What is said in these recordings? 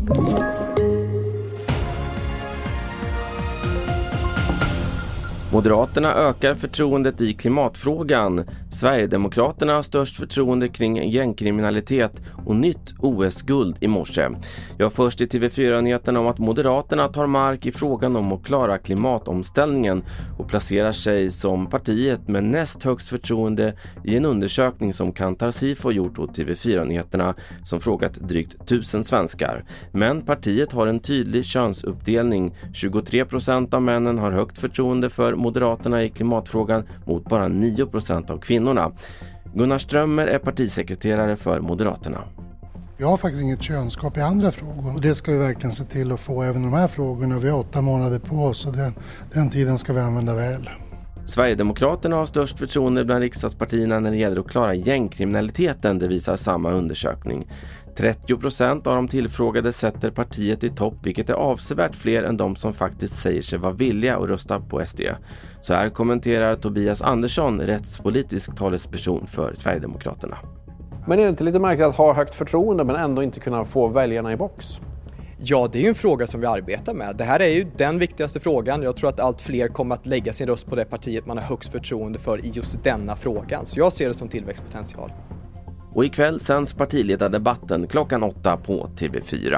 Moderaterna ökar förtroendet i klimatfrågan. Sverigedemokraterna har störst förtroende kring gängkriminalitet och nytt OS-guld i morse. Jag först i TV4-nyheterna om att Moderaterna tar mark i frågan om att klara klimatomställningen och placerar sig som partiet med näst högst förtroende i en undersökning som Kantar Sifo gjort åt TV4-nyheterna som frågat drygt 1000 svenskar. Men partiet har en tydlig könsuppdelning. 23% av männen har högt förtroende för Moderaterna i klimatfrågan mot bara 9% av kvinnorna. Gunnar Strömmer är partisekreterare för Moderaterna. Vi har faktiskt inget könskap i andra frågor och det ska vi verkligen se till att få även de här frågorna. Vi har 8 månader på oss och den tiden ska vi använda väl. Sverigedemokraterna har störst förtroende bland riksdagspartierna när det gäller att klara gängkriminaliteten, det visar samma undersökning. 30% av de tillfrågade sätter partiet i topp, vilket är avsevärt fler än de som faktiskt säger sig vara villiga att rösta på SD. Så här kommenterar Tobias Andersson, rättspolitisk talesperson för Sverigedemokraterna. Men är det inte lite märkligt att ha högt förtroende men ändå inte kunna få väljarna i box? Ja, det är ju en fråga som vi arbetar med. Det här är ju den viktigaste frågan. Jag tror att allt fler kommer att lägga sin röst på det partiet man har högst förtroende för i just denna frågan. Så jag ser det som tillväxtpotential. Och ikväll sänds partiledardebatten klockan 8 på TV4.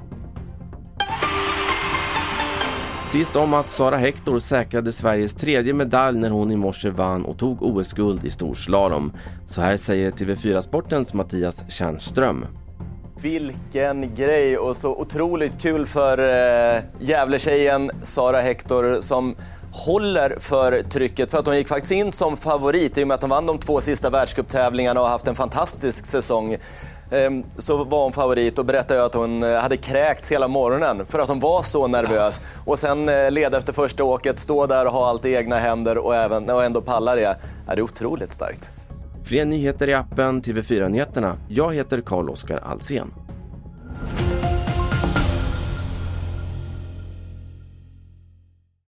Sist om att Sara Hector säkrade Sveriges 3:e medalj när hon i morse vann och tog OS-guld i storslalom. Så här säger TV4 Sportens Mattias Tjärnström. Vilken grej och så otroligt kul för Gävletjejen Sara Hector som håller för trycket för att hon gick faktiskt in som favorit i och med att hon vann de 2 sista världscuptävlingarna och haft en fantastisk säsong. Så var hon favorit och berättade att hon hade kräkts hela morgonen för att hon var så nervös. Och sen leda efter första åket, stå där och ha allt i egna händer och ändå palla det. Det är otroligt starkt. Fler nyheter i appen TV4 Nyheterna. Jag heter Carl-Oskar Alsen.